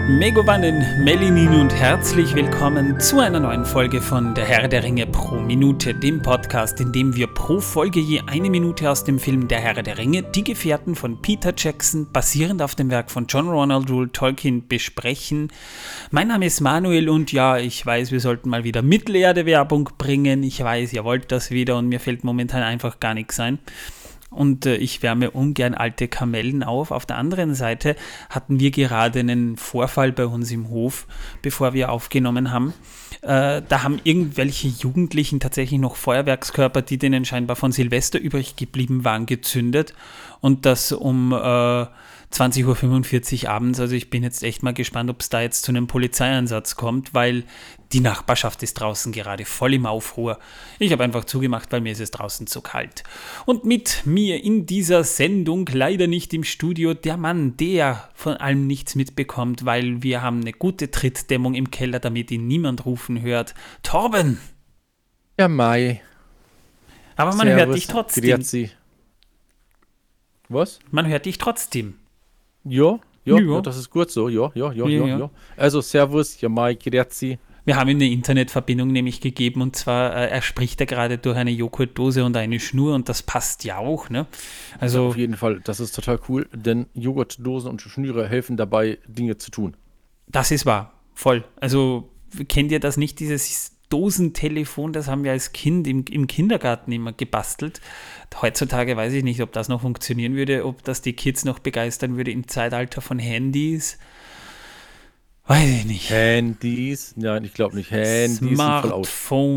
Megovanen, Melinin und herzlich willkommen zu einer neuen Folge von Der Herr der Ringe pro Minute, dem Podcast, in dem wir pro Folge je eine Minute aus dem Film Der Herr der Ringe, Die Gefährten von Peter Jackson, basierend auf dem Werk von John Ronald Reuel Tolkien, besprechen. Mein Name ist Manuel und ja, ich weiß, wir sollten mal wieder Mittelerde-Werbung bringen. Ich weiß, ihr wollt das wieder und mir fällt momentan einfach gar nichts ein. Und ich wärme ungern alte Kamellen auf. Auf der anderen Seite hatten wir gerade einen Vorfall bei uns im Hof, bevor wir aufgenommen haben. Da haben irgendwelche Jugendlichen tatsächlich noch Feuerwerkskörper, die denen scheinbar von Silvester übrig geblieben waren, gezündet. Und das um 20.45 Uhr abends. Also ich bin jetzt echt mal gespannt, ob es da jetzt zu einem Polizeieinsatz kommt, weil die Nachbarschaft ist draußen gerade voll im Aufruhr. Ich habe einfach zugemacht, weil mir ist es draußen zu kalt. Und mit mir in dieser Sendung, leider nicht im Studio, der Mann, der von allem nichts mitbekommt, weil wir haben eine gute Trittdämmung im Keller, damit ihn niemand rufen hört. Torben! Ja, Mai. Aber man hört dich trotzdem. Grüezi. Was? Man hört dich trotzdem. Ja, das ist gut so. Ja. Also, Servus, ja, Mai, grüezi. Wir haben ihm eine Internetverbindung nämlich gegeben und zwar, er spricht da gerade durch eine Joghurtdose und eine Schnur und das passt ja auch, ne? Also ja, auf jeden Fall, das ist total cool, denn Joghurtdosen und Schnüre helfen dabei, Dinge zu tun. Das ist wahr, voll. Also kennt ihr das nicht, dieses Dosentelefon, das haben wir als Kind im Kindergarten immer gebastelt. Heutzutage weiß ich nicht, ob das noch funktionieren würde, ob das die Kids noch begeistern würde im Zeitalter von Handys. Weiß ich nicht. Handys? Nein, ich glaube nicht. Handys sind voll out.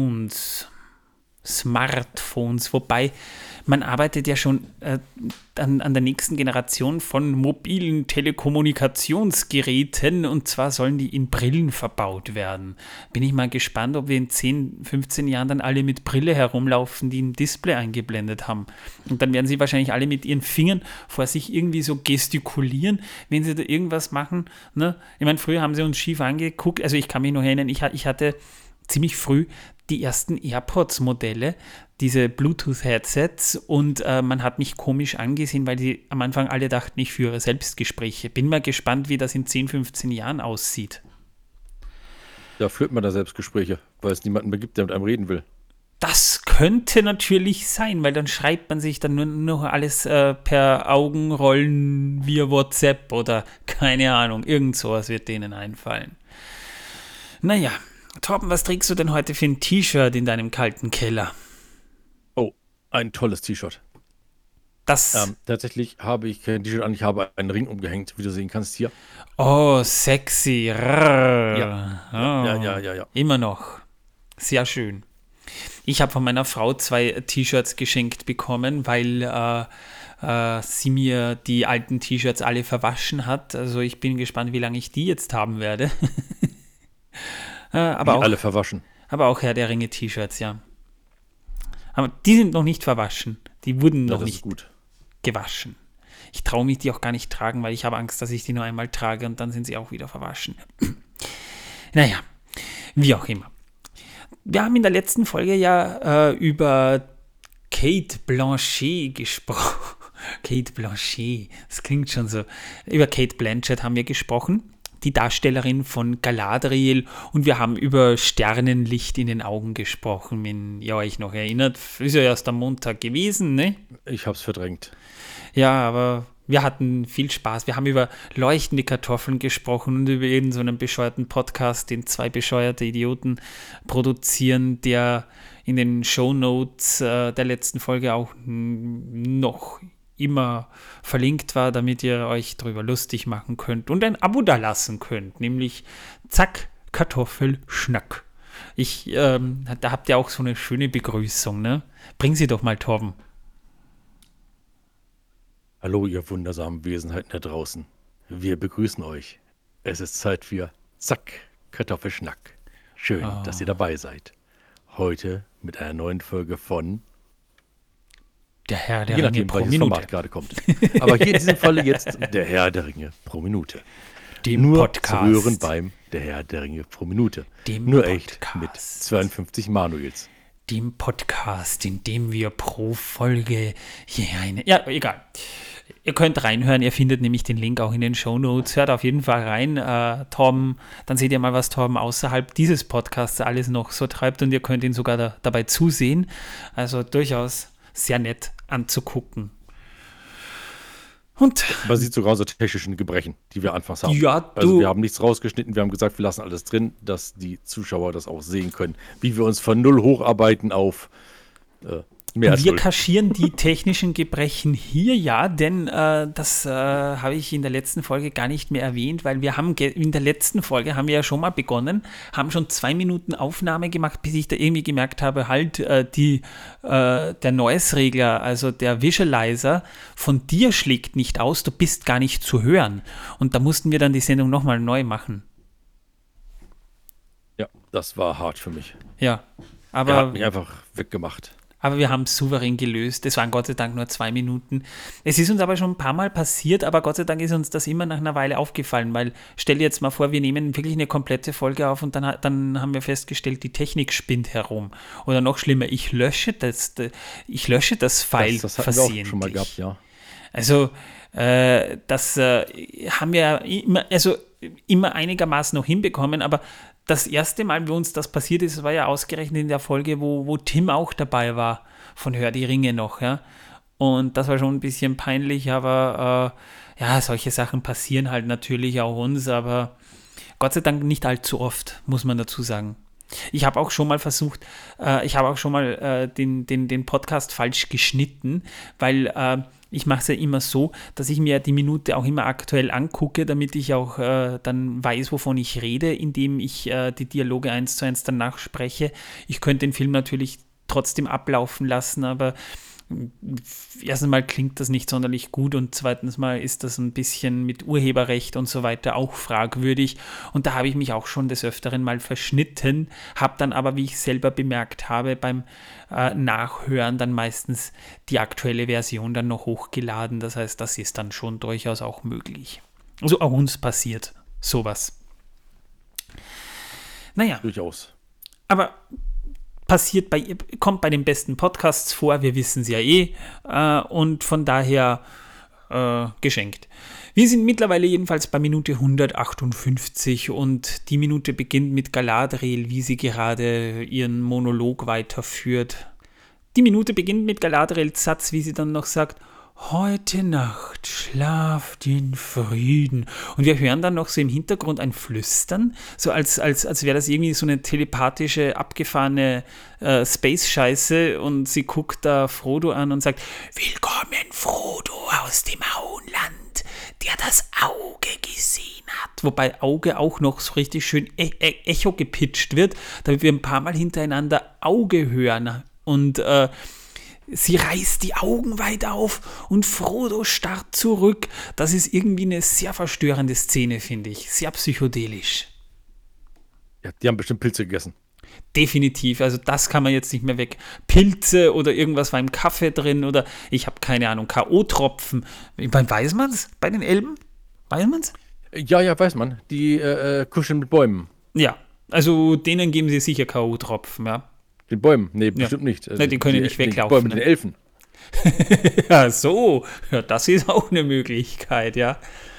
Smartphones, wobei man arbeitet ja schon an der nächsten Generation von mobilen Telekommunikationsgeräten und zwar sollen die in Brillen verbaut werden. Bin ich mal gespannt, ob wir in 10, 15 Jahren dann alle mit Brille herumlaufen, die ein Display eingeblendet haben. Und dann werden sie wahrscheinlich alle mit ihren Fingern vor sich irgendwie so gestikulieren, wenn sie da irgendwas machen. Ne? Ich meine, früher haben sie uns schief angeguckt, also ich kann mich noch erinnern, ich hatte ziemlich früh die ersten AirPods-Modelle, diese Bluetooth-Headsets und man hat mich komisch angesehen, weil die am Anfang alle dachten, ich führe Selbstgespräche. Bin mal gespannt, wie das in 10, 15 Jahren aussieht. Da führt man da Selbstgespräche, weil es niemanden mehr gibt, der mit einem reden will. Das könnte natürlich sein, weil dann schreibt man sich dann nur noch alles per Augenrollen via WhatsApp oder keine Ahnung, irgend sowas wird denen einfallen. Naja, Torben, was trägst du denn heute für ein T-Shirt in deinem kalten Keller? Oh, ein tolles T-Shirt. Tatsächlich habe ich kein T-Shirt an, ich habe einen Ring umgehängt, wie du sehen kannst hier. Oh, sexy. Ja. Immer noch. Sehr schön. Ich habe von meiner Frau 2 T-Shirts geschenkt bekommen, weil sie mir die alten T-Shirts alle verwaschen hat. Also ich bin gespannt, wie lange ich die jetzt haben werde. Aber auch, alle verwaschen. Aber auch Herr der Ringe T-Shirts, ja. Aber die sind noch nicht verwaschen. Die wurden noch nicht gewaschen. Ich traue mich die auch gar nicht tragen, weil ich habe Angst, dass ich die nur einmal trage und dann sind sie auch wieder verwaschen. Naja, wie auch immer. Wir haben in der letzten Folge ja über Cate Blanchett gesprochen. Cate Blanchett, das klingt schon so. Über Cate Blanchett haben wir gesprochen. Die Darstellerin von Galadriel und wir haben über Sternenlicht in den Augen gesprochen, wenn ihr euch noch erinnert. Ist ja erst am Montag gewesen, ne? Ich hab's verdrängt. Ja, aber wir hatten viel Spaß. Wir haben über leuchtende Kartoffeln gesprochen und über irgendeinen bescheuerten Podcast, den 2 bescheuerte Idioten produzieren, der in den Shownotes der letzten Folge auch noch immer verlinkt war, damit ihr euch darüber lustig machen könnt und ein Abo da lassen könnt, nämlich Zack, Kartoffelschnack. Da habt ihr auch so eine schöne Begrüßung, ne? Bring sie doch mal, Torben. Hallo, ihr wundersamen Wesenheiten da draußen. Wir begrüßen euch. Es ist Zeit für Zack, Kartoffelschnack. Schön, dass ihr dabei seid. Heute mit einer neuen Folge von Der Herr der Ringe pro Minute. Format gerade kommt. Aber hier in diesem Falle jetzt der Herr der Ringe pro Minute. Dem Nur Podcast. zu hören beim Der Herr der Ringe pro Minute. Dem Nur Podcast. Echt mit 52 Manuels. Dem Podcast, in dem wir pro Folge hier eine... Ja, egal. Ihr könnt reinhören, ihr findet nämlich den Link auch in den Shownotes. Hört auf jeden Fall rein. Torben, dann seht ihr mal, was Torben außerhalb dieses Podcasts alles noch so treibt und ihr könnt ihn sogar dabei zusehen. Also durchaus sehr nett anzugucken. Und basiert sogar unsere technischen Gebrechen, die wir anfangs haben. ja, Also wir haben nichts rausgeschnitten, wir haben gesagt, wir lassen alles drin, dass die Zuschauer das auch sehen können, wie wir uns von null hocharbeiten auf mehr als wir null. kaschieren die technischen Gebrechen hier, ja, denn das habe ich in der letzten Folge gar nicht mehr erwähnt, weil wir haben in der letzten Folge haben wir ja schon mal begonnen, haben schon 2 Minuten Aufnahme gemacht, bis ich da irgendwie gemerkt habe, halt der Noise-Regler, also der Visualizer von dir schlägt nicht aus, du bist gar nicht zu hören. Und da mussten wir dann die Sendung nochmal neu machen. Ja, das war hart für mich. Ja, Er aber hat mich einfach weggemacht. Aber wir haben es souverän gelöst. Es waren Gott sei Dank nur 2 Minuten. Es ist uns aber schon ein paar Mal passiert, aber Gott sei Dank ist uns das immer nach einer Weile aufgefallen, weil stell dir jetzt mal vor, wir nehmen wirklich eine komplette Folge auf und dann haben wir festgestellt, die Technik spinnt herum. Oder noch schlimmer, ich lösche das File Das hatten wir versehentlich. auch schon mal gehabt, ja. Also das haben wir immer einigermaßen noch hinbekommen, aber das erste Mal, wo uns das passiert ist, war ja ausgerechnet in der Folge, wo Tim auch dabei war, von Hör die Ringe noch, ja. Und das war schon ein bisschen peinlich, aber ja, solche Sachen passieren halt natürlich auch uns, aber Gott sei Dank nicht allzu oft, muss man dazu sagen. Ich habe auch schon mal versucht, den Podcast falsch geschnitten, weil ich mache es ja immer so, dass ich mir die Minute auch immer aktuell angucke, damit ich auch dann weiß, wovon ich rede, indem ich die Dialoge 1:1 danach spreche. Ich könnte den Film natürlich trotzdem ablaufen lassen, aber erstens mal klingt das nicht sonderlich gut und zweitens mal ist das ein bisschen mit Urheberrecht und so weiter auch fragwürdig und da habe ich mich auch schon des Öfteren mal verschnitten, habe dann aber, wie ich selber bemerkt habe, beim Nachhören dann meistens die aktuelle Version dann noch hochgeladen, das heißt, das ist dann schon durchaus auch möglich. Also auch uns passiert sowas. Naja. Durchaus. Aber kommt bei den besten Podcasts vor, wir wissen es ja und von daher geschenkt. Wir sind mittlerweile jedenfalls bei Minute 158 und die Minute beginnt mit Galadriel, wie sie gerade ihren Monolog weiterführt. Die Minute beginnt mit Galadriels Satz, wie sie dann noch sagt, heute Nacht schlaft in Frieden. Und wir hören dann noch so im Hintergrund ein Flüstern, so als wäre das irgendwie so eine telepathische, abgefahrene Space-Scheiße. Und sie guckt da Frodo an und sagt, willkommen Frodo aus dem Auenland, der das Auge gesehen hat. Wobei Auge auch noch so richtig schön echo gepitcht wird, damit wir ein paar Mal hintereinander Auge hören. Und sie reißt die Augen weit auf und Frodo starrt zurück. Das ist irgendwie eine sehr verstörende Szene, finde ich. Sehr psychedelisch. Ja, die haben bestimmt Pilze gegessen. Definitiv, also das kann man jetzt nicht mehr weg. Pilze oder irgendwas war im Kaffee drin oder ich habe keine Ahnung, K.O.-Tropfen. Weiß man es bei den Elben? Weiß man es? Ja, weiß man. Die kuscheln mit Bäumen. Ja, also denen geben sie sicher K.O.-Tropfen, ja. Den Bäumen? Nee, bestimmt nicht. Also die können nicht weglaufen. Die Bäume mit den Elfen. Ja, so. Ja, das ist auch eine Möglichkeit, ja.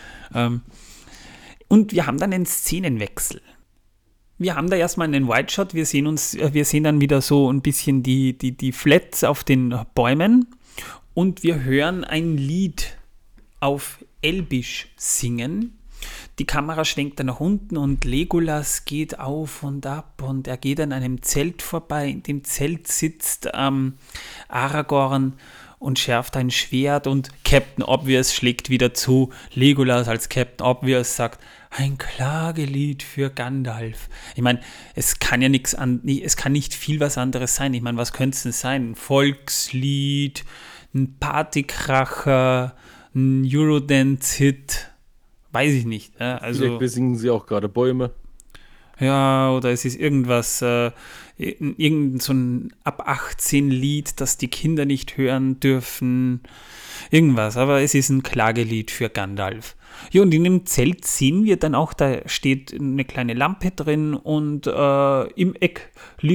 Und wir haben dann einen Szenenwechsel. Wir haben da erstmal einen White-Shot. Wir sehen dann wieder so ein bisschen die Flats auf den Bäumen. Und wir hören ein Lied auf Elbisch singen. Die Kamera schwenkt dann nach unten und Legolas geht auf und ab und er geht an einem Zelt vorbei. In dem Zelt sitzt Aragorn und schärft ein Schwert und Captain Obvious schlägt wieder zu. Legolas als Captain Obvious sagt, ein Klagelied für Gandalf. Ich meine, es kann ja es kann nicht viel was anderes sein. Ich meine, was könnte es denn sein? Ein Volkslied, ein Partykracher, ein Eurodance-Hit. Weiß ich nicht. Also, wir singen sie auch gerade Bäume. Ja, oder es ist irgendwas, irgend so ein ab 18 Lied, das die Kinder nicht hören dürfen. Irgendwas, aber es ist ein Klagelied für Gandalf. Ja, und in dem Zelt sehen wir dann auch, da steht eine kleine Lampe drin und im Eck liegt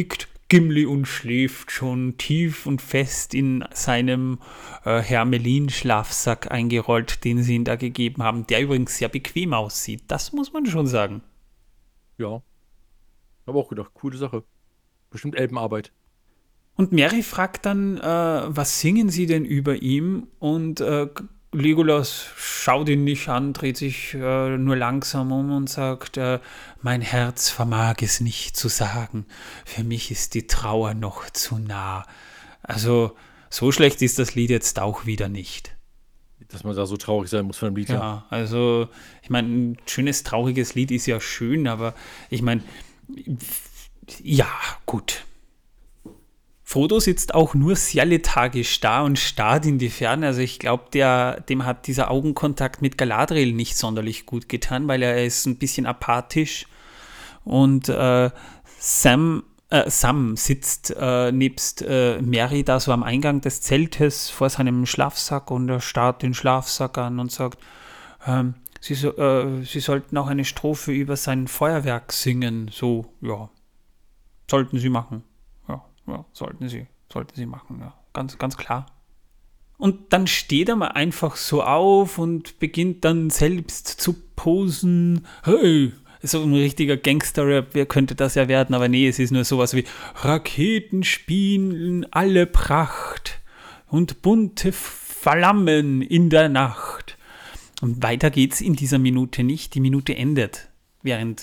Gimli und schläft schon tief und fest in seinem Hermelin-Schlafsack eingerollt, den sie ihm da gegeben haben, der übrigens sehr bequem aussieht. Das muss man schon sagen. Ja, habe auch gedacht, coole Sache. Bestimmt Elbenarbeit. Und Merry fragt dann, was singen sie denn über ihm? Und Legolas schaut ihn nicht an, dreht sich nur langsam um und sagt, mein Herz vermag es nicht zu sagen. Für mich ist die Trauer noch zu nah. Also, so schlecht ist das Lied jetzt auch wieder nicht. Dass man da so traurig sein muss von dem Lied. Ja, also, ich meine, ein schönes, trauriges Lied ist ja schön, aber ich meine, ja, gut. Frodo sitzt auch nur sehr lethargisch da und starrt in die Ferne. Also ich glaube, dem hat dieser Augenkontakt mit Galadriel nicht sonderlich gut getan, weil er ist ein bisschen apathisch. Und Sam sitzt nebst Merry da so am Eingang des Zeltes vor seinem Schlafsack und er starrt den Schlafsack an und sagt, sie sollten auch eine Strophe über sein Feuerwerk singen. So, ja, sollten sie machen. Ja, sollten sie machen, ja. Ganz, ganz klar. Und dann steht er mal einfach so auf und beginnt dann selbst zu posen. Hey, so ein richtiger Gangster-Rap, wer könnte das ja werden? Aber nee, es ist nur sowas wie Raketen spielen alle Pracht und bunte Flammen in der Nacht. Und weiter geht's in dieser Minute nicht. Die Minute endet, während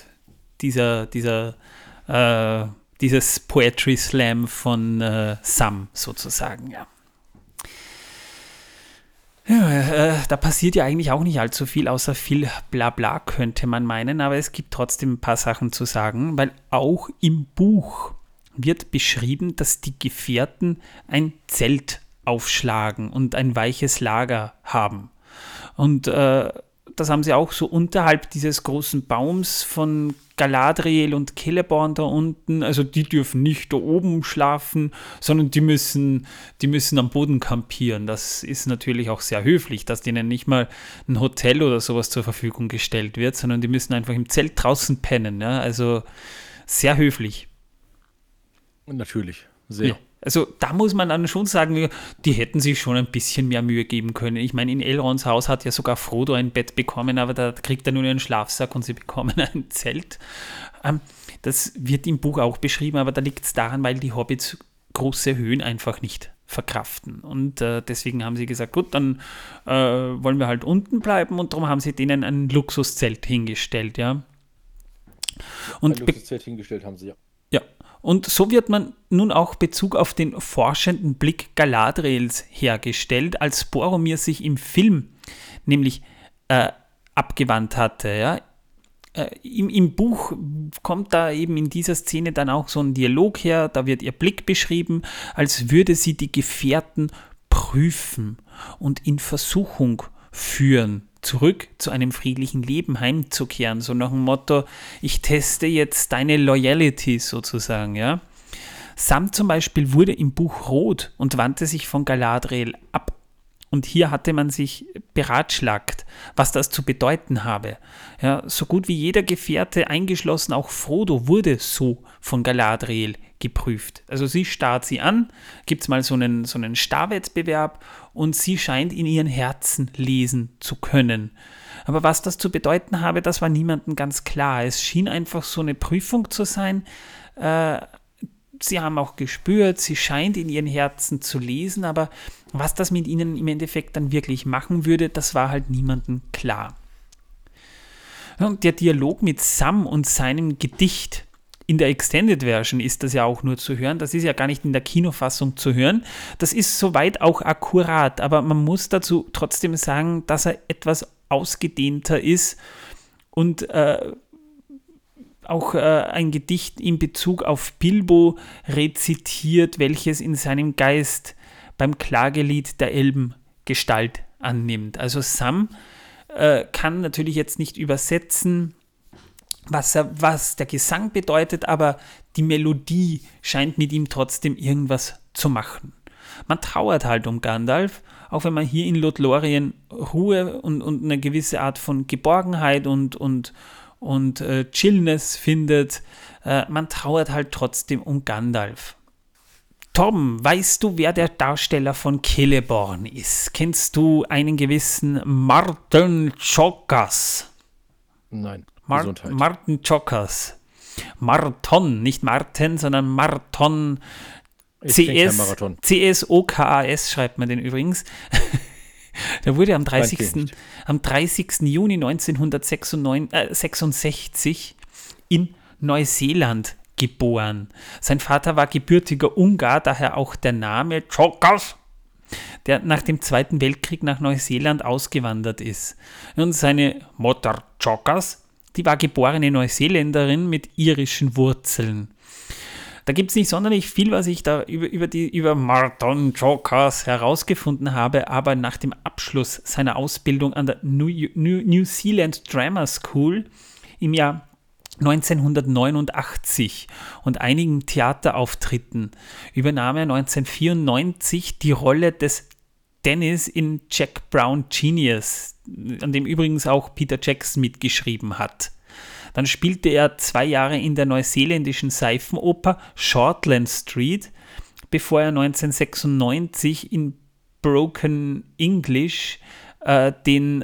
dieses Poetry Slam von Sam sozusagen, ja. Ja, da passiert ja eigentlich auch nicht allzu viel, außer viel Blabla, könnte man meinen, aber es gibt trotzdem ein paar Sachen zu sagen, weil auch im Buch wird beschrieben, dass die Gefährten ein Zelt aufschlagen und ein weiches Lager haben. Und das haben sie auch so unterhalb dieses großen Baums von Galadriel und Celeborn da unten. Also die dürfen nicht da oben schlafen, sondern die müssen am Boden kampieren. Das ist natürlich auch sehr höflich, dass denen nicht mal ein Hotel oder sowas zur Verfügung gestellt wird, sondern die müssen einfach im Zelt draußen pennen. Ja? Also sehr höflich. Und natürlich, sehr. Ja. Also da muss man dann schon sagen, die hätten sich schon ein bisschen mehr Mühe geben können. Ich meine, in Elrons Haus hat ja sogar Frodo ein Bett bekommen, aber da kriegt er nur einen Schlafsack und sie bekommen ein Zelt. Das wird im Buch auch beschrieben, aber da liegt es daran, weil die Hobbits große Höhen einfach nicht verkraften. Und deswegen haben sie gesagt, gut, dann wollen wir halt unten bleiben und darum haben sie denen ein Luxuszelt hingestellt, ja. Und ein Luxuszelt hingestellt haben sie, ja. Ja, und so wird man nun auch Bezug auf den forschenden Blick Galadriels hergestellt, als Boromir sich im Film nämlich abgewandt hatte. Ja? Im Buch kommt da eben in dieser Szene dann auch so ein Dialog her, da wird ihr Blick beschrieben, als würde sie die Gefährten prüfen und in Versuchung führen, zurück zu einem friedlichen Leben heimzukehren, so nach dem Motto, ich teste jetzt deine Loyalty sozusagen, ja. Sam zum Beispiel wurde im Buch rot und wandte sich von Galadriel ab. Und hier hatte man sich beratschlagt, was das zu bedeuten habe. Ja, so gut wie jeder Gefährte, eingeschlossen auch Frodo, wurde so von Galadriel geprüft. Also sie starrt sie an, gibt es mal so einen Starrwettbewerb und sie scheint in ihren Herzen lesen zu können. Aber was das zu bedeuten habe, das war niemandem ganz klar. Es schien einfach so eine Prüfung zu sein. Sie haben auch gespürt, sie scheint in ihren Herzen zu lesen, aber was das mit ihnen im Endeffekt dann wirklich machen würde, das war halt niemandem klar. Und der Dialog mit Sam und seinem Gedicht, in der Extended Version ist das ja auch nur zu hören, das ist ja gar nicht in der Kinofassung zu hören, das ist soweit auch akkurat, aber man muss dazu trotzdem sagen, dass er etwas ausgedehnter ist und auch ein Gedicht in Bezug auf Bilbo rezitiert, welches in seinem Geist beim Klagelied der Elben Gestalt annimmt. Also Sam kann natürlich jetzt nicht übersetzen, was der Gesang bedeutet, aber die Melodie scheint mit ihm trotzdem irgendwas zu machen. Man trauert halt um Gandalf, auch wenn man hier in Lothlorien Ruhe und eine gewisse Art von Geborgenheit und und Chillness findet. Man trauert halt trotzdem um Gandalf. Tom, weißt du, wer der Darsteller von Celeborn ist? Kennst du einen gewissen Martin Chokas? Nein, Gesundheit. Martin Chokas. Marton, nicht Martin, sondern Marton. CSOKAS schreibt man den übrigens. Der wurde am 30. Juni 1966 in Neuseeland geboren. Sein Vater war gebürtiger Ungar, daher auch der Name Chokas, der nach dem Zweiten Weltkrieg nach Neuseeland ausgewandert ist. Und seine Mutter Chokas, die war geborene Neuseeländerin mit irischen Wurzeln. Da gibt es nicht sonderlich viel, was ich da über Martin Chokas herausgefunden habe, aber nach dem Abschluss seiner Ausbildung an der New Zealand Drama School im Jahr 1989 und einigen Theaterauftritten übernahm er 1994 die Rolle des Dennis in Jack Brown Genius, an dem übrigens auch Peter Jackson mitgeschrieben hat. Dann spielte er 2 Jahre in der neuseeländischen Seifenoper Shortland Street, bevor er 1996 in Broken English den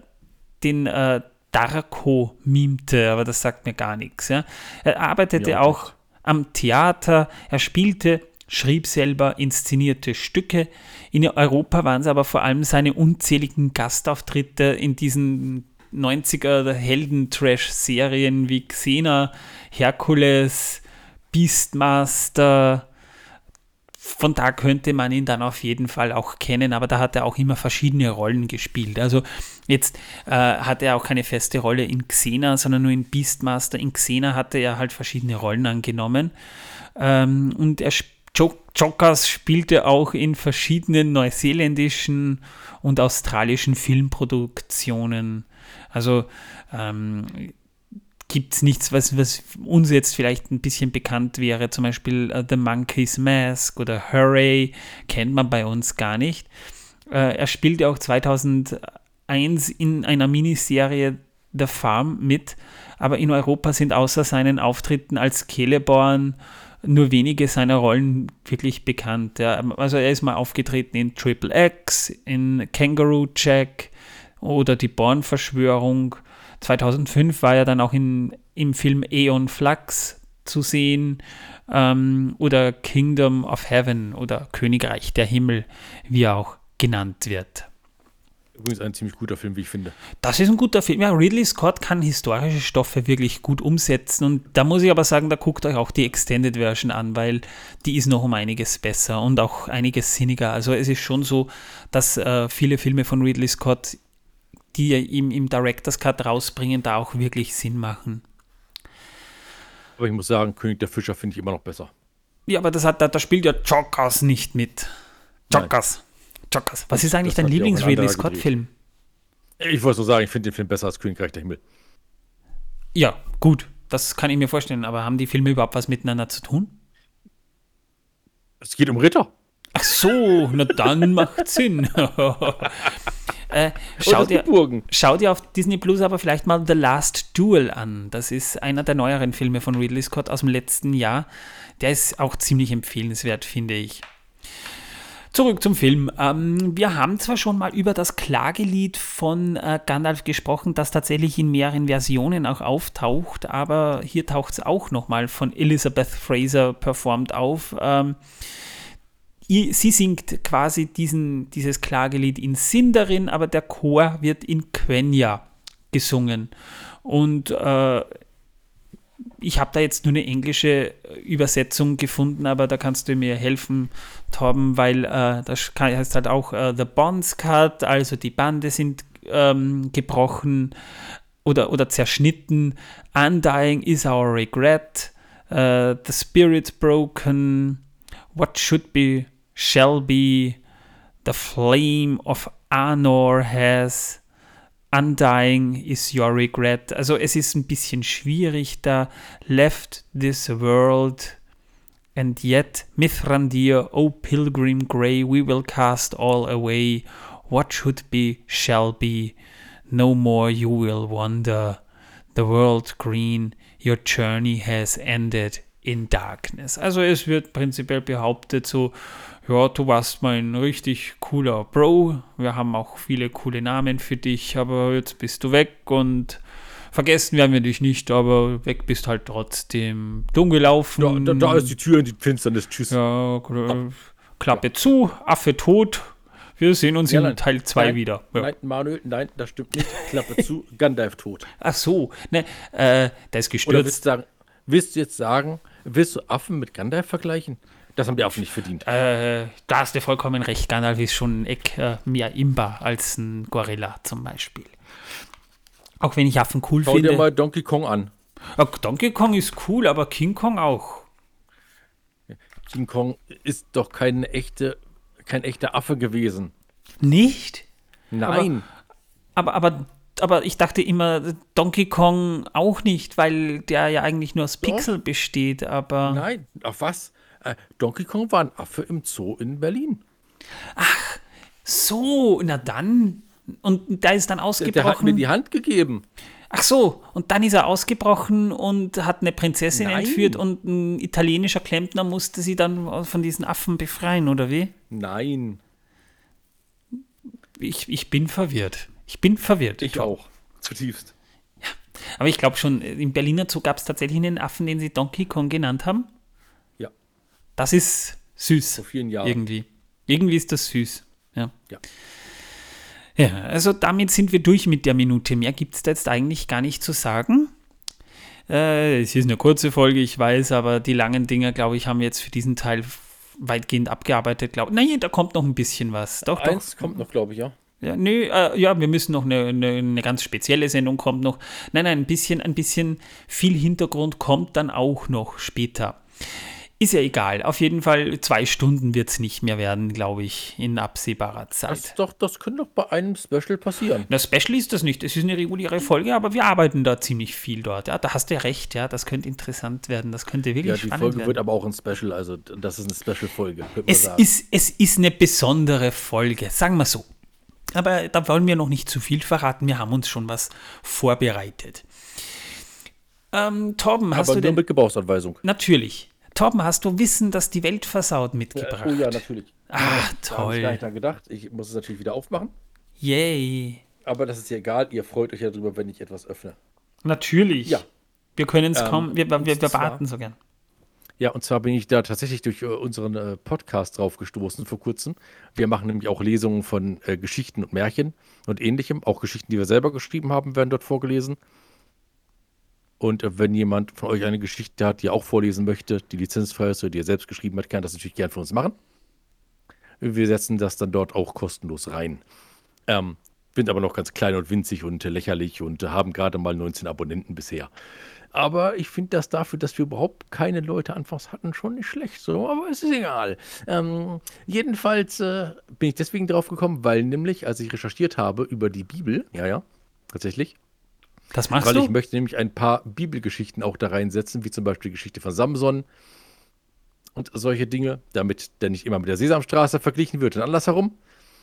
Darko mimte, aber das sagt mir gar nichts. Ja. Er arbeitete auch am Theater, er schrieb selber inszenierte Stücke. In Europa waren es aber vor allem seine unzähligen Gastauftritte in diesen 90er Helden-Trash-Serien wie Xena, Herkules, Beastmaster. Von da könnte man ihn dann auf jeden Fall auch kennen, aber da hat er auch immer verschiedene Rollen gespielt. Also jetzt hat er auch keine feste Rolle in Xena, sondern nur in Beastmaster. In Xena hatte er halt verschiedene Rollen angenommen. Und Chokas spielte auch in verschiedenen neuseeländischen und australischen Filmproduktionen. Also gibt es nichts, was uns jetzt vielleicht ein bisschen bekannt wäre. Zum Beispiel The Monkey's Mask oder Hooray kennt man bei uns gar nicht. Er spielte auch 2001 in einer Miniserie The Farm mit, aber in Europa sind außer seinen Auftritten als Celeborn nur wenige seiner Rollen wirklich bekannt. Ja. Also er ist mal aufgetreten in Triple X, in Kangaroo Jack oder die Bourne-Verschwörung. 2005 war er dann auch im Film Aeon Flux zu sehen oder Kingdom of Heaven oder Königreich der Himmel, wie er auch genannt wird. Übrigens ein ziemlich guter Film, wie ich finde. Das ist ein guter Film. Ja, Ridley Scott kann historische Stoffe wirklich gut umsetzen und da muss ich aber sagen, da guckt euch auch die Extended Version an, weil die ist noch um einiges besser und auch einiges sinniger. Also es ist schon so, dass viele Filme von Ridley Scott, die im Director's Cut rausbringen, da auch wirklich Sinn machen. Aber ich muss sagen, König der Fischer finde ich immer noch besser. Ja, aber da spielt ja Chokas nicht mit. Chokas. Was ist eigentlich dein Lieblings-Ridley Scott-Film? Ich wollte so sagen, ich finde den Film besser als Königreich der Himmel. Ja, gut. Das kann ich mir vorstellen. Aber haben die Filme überhaupt was miteinander zu tun? Es geht um Ritter. Ach so, na dann macht Sinn. Schau dir auf Disney Plus aber vielleicht mal The Last Duel an. Das ist einer der neueren Filme von Ridley Scott aus dem letzten Jahr. Der ist auch ziemlich empfehlenswert, finde ich. Zurück zum Film. Wir haben zwar schon mal über das Klagelied von Gandalf gesprochen, das tatsächlich in mehreren Versionen auch auftaucht, aber hier taucht es auch nochmal von Elizabeth Fraser performt auf. Sie singt quasi dieses Klagelied in Sindarin, aber der Chor wird in Quenya gesungen. Und ich habe da jetzt nur eine englische Übersetzung gefunden, aber da kannst du mir helfen, Torben, weil das heißt halt auch The Bonds Cut, also die Bande sind gebrochen oder zerschnitten. Undying is our regret. The Spirit broken. What should be shall be. The flame of Anor has. Undying is your regret. Also es ist ein bisschen schwierig da. Left this world and yet Mithrandir, O pilgrim grey, we will cast all away. What should be shall be. No more you will wander. the world green, your journey has ended in darkness. Also es wird prinzipiell behauptet so, ja, du warst mal ein richtig cooler Bro, wir haben auch viele coole Namen für dich, aber jetzt bist du weg und vergessen werden wir dich nicht, aber weg bist halt trotzdem dumm gelaufen. Da ist die Tür in die Finsternis, tschüss. Ja, Klappe zu, Affe tot, wir sehen uns in Teil 2 wieder. Ja. Nein, Manuel, nein, das stimmt nicht, Klappe zu, Gandalf tot. Ach so, ne, der ist gestürzt. Oder willst du Affen mit Gandalf vergleichen? Das haben die Affen nicht verdient. Da hast du vollkommen recht. Gandalf ist schon ein Eck mehr Imba als ein Gorilla zum Beispiel. Auch wenn ich Affen cool finde. Schau dir mal Donkey Kong an. Ja, Donkey Kong ist cool, aber King Kong auch. King Kong ist doch kein echter Affe gewesen. Nicht? Nein. Aber ich dachte immer, Donkey Kong auch nicht, weil der ja eigentlich nur aus Pixel besteht, aber... Nein, auf was? Donkey Kong war ein Affe im Zoo in Berlin. Ach, so, na dann... Und da ist dann ausgebrochen... Der hat mir die Hand gegeben. Ach so, und dann ist er ausgebrochen und hat eine Prinzessin entführt und ein italienischer Klempner musste sie dann von diesen Affen befreien, oder wie? Nein. Ich bin verwirrt. Ich auch, zutiefst. Ja, aber ich glaube schon, im Berliner Zoo gab es tatsächlich einen Affen, den sie Donkey Kong genannt haben. Ja. Das ist süß. Vor vielen Jahren. Irgendwie ist das süß. Ja. Ja, also damit sind wir durch mit der Minute. Mehr gibt es da jetzt eigentlich gar nicht zu sagen. Es ist eine kurze Folge, ich weiß, aber die langen Dinger, glaube ich, haben wir jetzt für diesen Teil weitgehend abgearbeitet. Nein, da kommt noch ein bisschen was. Doch. Kommt noch, glaube ich, ja. Ja, wir müssen noch eine ganz spezielle Sendung kommt noch. Nein, ein bisschen viel Hintergrund kommt dann auch noch später. Ist ja egal. Auf jeden Fall 2 Stunden wird es nicht mehr werden, glaube ich, in absehbarer Zeit. Das könnte doch bei einem Special passieren. Das Special ist das nicht. Es ist eine reguläre Folge, aber wir arbeiten da ziemlich viel dort. Ja, da hast du ja recht. Ja, das könnte interessant werden. Das könnte wirklich spannend werden. Ja, die Folge wird aber auch ein Special. Also das ist eine Special-Folge. Es ist eine besondere Folge, sagen wir so. Aber da wollen wir noch nicht zu viel verraten. Wir haben uns schon was vorbereitet. Torben, hast du denn... nur mit Gebrauchsanweisung. Natürlich. Torben, hast du Wissen, dass die Welt versaut mitgebracht? Oh ja, natürlich. Ach, Da toll. habe ich gar nicht dran gedacht. Ich muss es natürlich wieder aufmachen. Yay. Aber das ist ja egal. Ihr freut euch ja drüber, wenn ich etwas öffne. Natürlich. Ja. Wir können es kaum... Wir warten so gern. Ja, und zwar bin ich da tatsächlich durch unseren Podcast drauf gestoßen vor kurzem. Wir machen nämlich auch Lesungen von Geschichten und Märchen und Ähnlichem. Auch Geschichten, die wir selber geschrieben haben, werden dort vorgelesen. Und wenn jemand von euch eine Geschichte hat, die er auch vorlesen möchte, die lizenzfrei ist oder die er selbst geschrieben hat, kann das natürlich gern für uns machen. Wir setzen das dann dort auch kostenlos rein. Sind aber noch ganz klein und winzig und lächerlich und haben gerade mal 19 Abonnenten bisher. Aber ich finde das dafür, dass wir überhaupt keine Leute anfangs hatten, schon nicht schlecht. So, aber es ist egal. Jedenfalls bin ich deswegen drauf gekommen, weil nämlich, als ich recherchiert habe über die Bibel, ja, tatsächlich. Das machst du? Weil ich möchte nämlich ein paar Bibelgeschichten auch da reinsetzen, wie zum Beispiel die Geschichte von Samson und solche Dinge, damit der nicht immer mit der Sesamstraße verglichen wird und andersherum.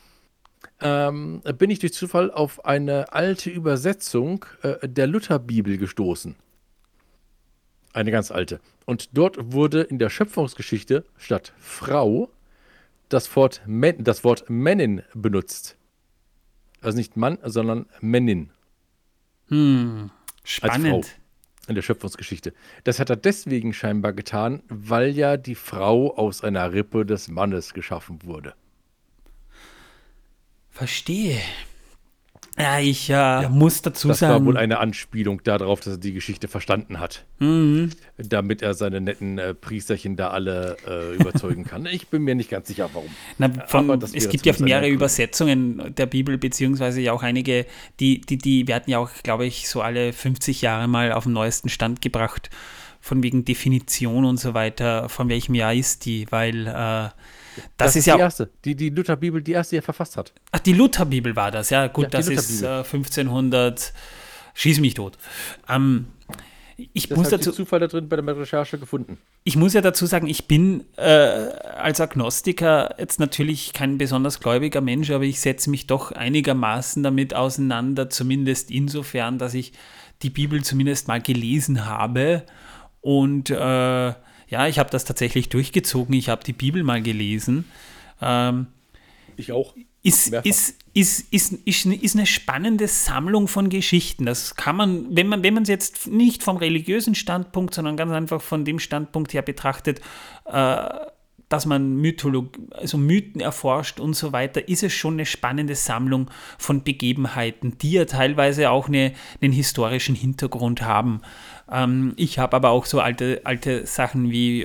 Bin ich durch Zufall auf eine alte Übersetzung der Lutherbibel gestoßen. Eine ganz alte. Und dort wurde in der Schöpfungsgeschichte statt Frau das Wort Männin benutzt. Also nicht Mann, sondern Männin. Spannend. Als Frau in der Schöpfungsgeschichte. Das hat er deswegen scheinbar getan, weil ja die Frau aus einer Rippe des Mannes geschaffen wurde. Verstehe. Ja, ich muss dazu das sagen... Das war wohl eine Anspielung darauf, dass er die Geschichte verstanden hat. Mhm. Damit er seine netten Priesterchen da alle überzeugen kann. Ich bin mir nicht ganz sicher, warum. Es gibt ja mehrere Übersetzungen der Bibel, beziehungsweise ja auch einige, die werden ja auch, glaube ich, so alle 50 Jahre mal auf den neuesten Stand gebracht, von wegen Definition und so weiter, von welchem Jahr ist die, weil... Das ist ja die erste, die Lutherbibel, die erste, die er verfasst hat. Ach, die Lutherbibel war das, ja. Gut, ja, das ist 1500, schieß mich tot. Ich muss dazu Zufall da drin bei der Recherche gefunden. Ich muss ja dazu sagen, ich bin als Agnostiker jetzt natürlich kein besonders gläubiger Mensch, aber ich setze mich doch einigermaßen damit auseinander, zumindest insofern, dass ich die Bibel zumindest mal gelesen habe. Und ich habe das tatsächlich durchgezogen. Ich habe die Bibel mal gelesen. Ich auch. Ist eine spannende Sammlung von Geschichten. Das kann man, wenn man es jetzt nicht vom religiösen Standpunkt, sondern ganz einfach von dem Standpunkt her betrachtet, dass man Mythen erforscht und so weiter, ist es schon eine spannende Sammlung von Begebenheiten, die ja teilweise auch einen historischen Hintergrund haben. Ich habe aber auch so alte Sachen wie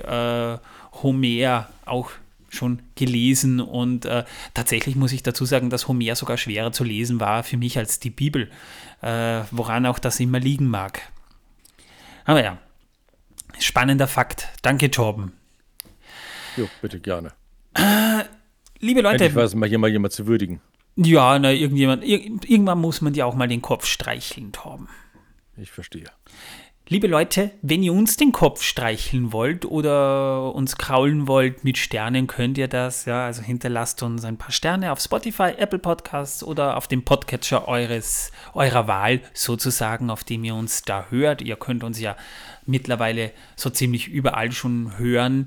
Homer auch schon gelesen und tatsächlich muss ich dazu sagen, dass Homer sogar schwerer zu lesen war für mich als die Bibel, woran auch das immer liegen mag. Aber ja, spannender Fakt. Danke, Torben. Jo, bitte, gerne. Liebe Leute. Endlich war es mal jemand zu würdigen. Ja, irgendwann muss man dir auch mal den Kopf streicheln, Torben. Ich verstehe. Liebe Leute, wenn ihr uns den Kopf streicheln wollt oder uns kraulen wollt mit Sternen, könnt ihr das. Ja, also hinterlasst uns ein paar Sterne auf Spotify, Apple Podcasts oder auf dem Podcatcher eurer Wahl sozusagen, auf dem ihr uns da hört. Ihr könnt uns ja mittlerweile so ziemlich überall schon hören.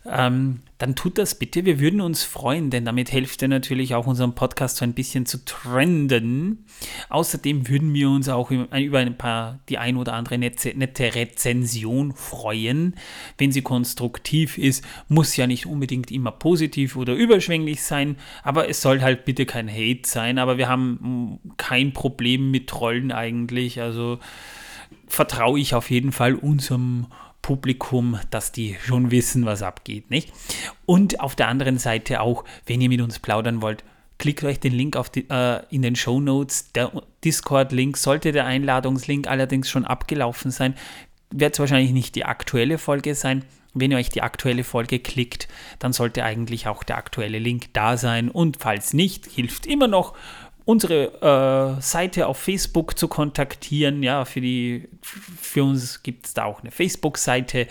Dann tut das bitte. Wir würden uns freuen, denn damit helft ihr natürlich auch unserem Podcast so ein bisschen zu trenden. Außerdem würden wir uns auch über die ein oder andere nette Rezension freuen. Wenn sie konstruktiv ist, muss ja nicht unbedingt immer positiv oder überschwänglich sein, aber es soll halt bitte kein Hate sein. Aber wir haben kein Problem mit Trollen eigentlich, also vertraue ich auf jeden Fall unserem Publikum, dass die schon wissen, was abgeht, nicht? Und auf der anderen Seite auch, wenn ihr mit uns plaudern wollt, klickt euch den Link in den Shownotes. Der Discord-Link, sollte der Einladungslink allerdings schon abgelaufen sein, wird es wahrscheinlich nicht die aktuelle Folge sein. Wenn ihr euch die aktuelle Folge klickt, dann sollte eigentlich auch der aktuelle Link da sein. Und falls nicht, hilft immer noch, unsere Seite auf Facebook zu kontaktieren. Ja, für uns gibt es da auch eine Facebook-Seite.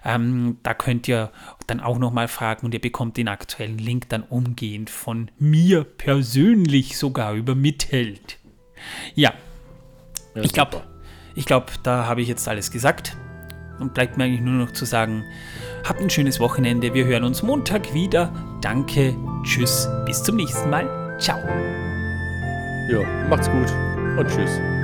Da könnt ihr dann auch nochmal fragen und ihr bekommt den aktuellen Link dann umgehend von mir persönlich sogar übermittelt. Ja, ich glaube, da habe ich jetzt alles gesagt. Und bleibt mir eigentlich nur noch zu sagen, habt ein schönes Wochenende. Wir hören uns Montag wieder. Danke, tschüss, bis zum nächsten Mal. Ciao. Ja, macht's gut und tschüss.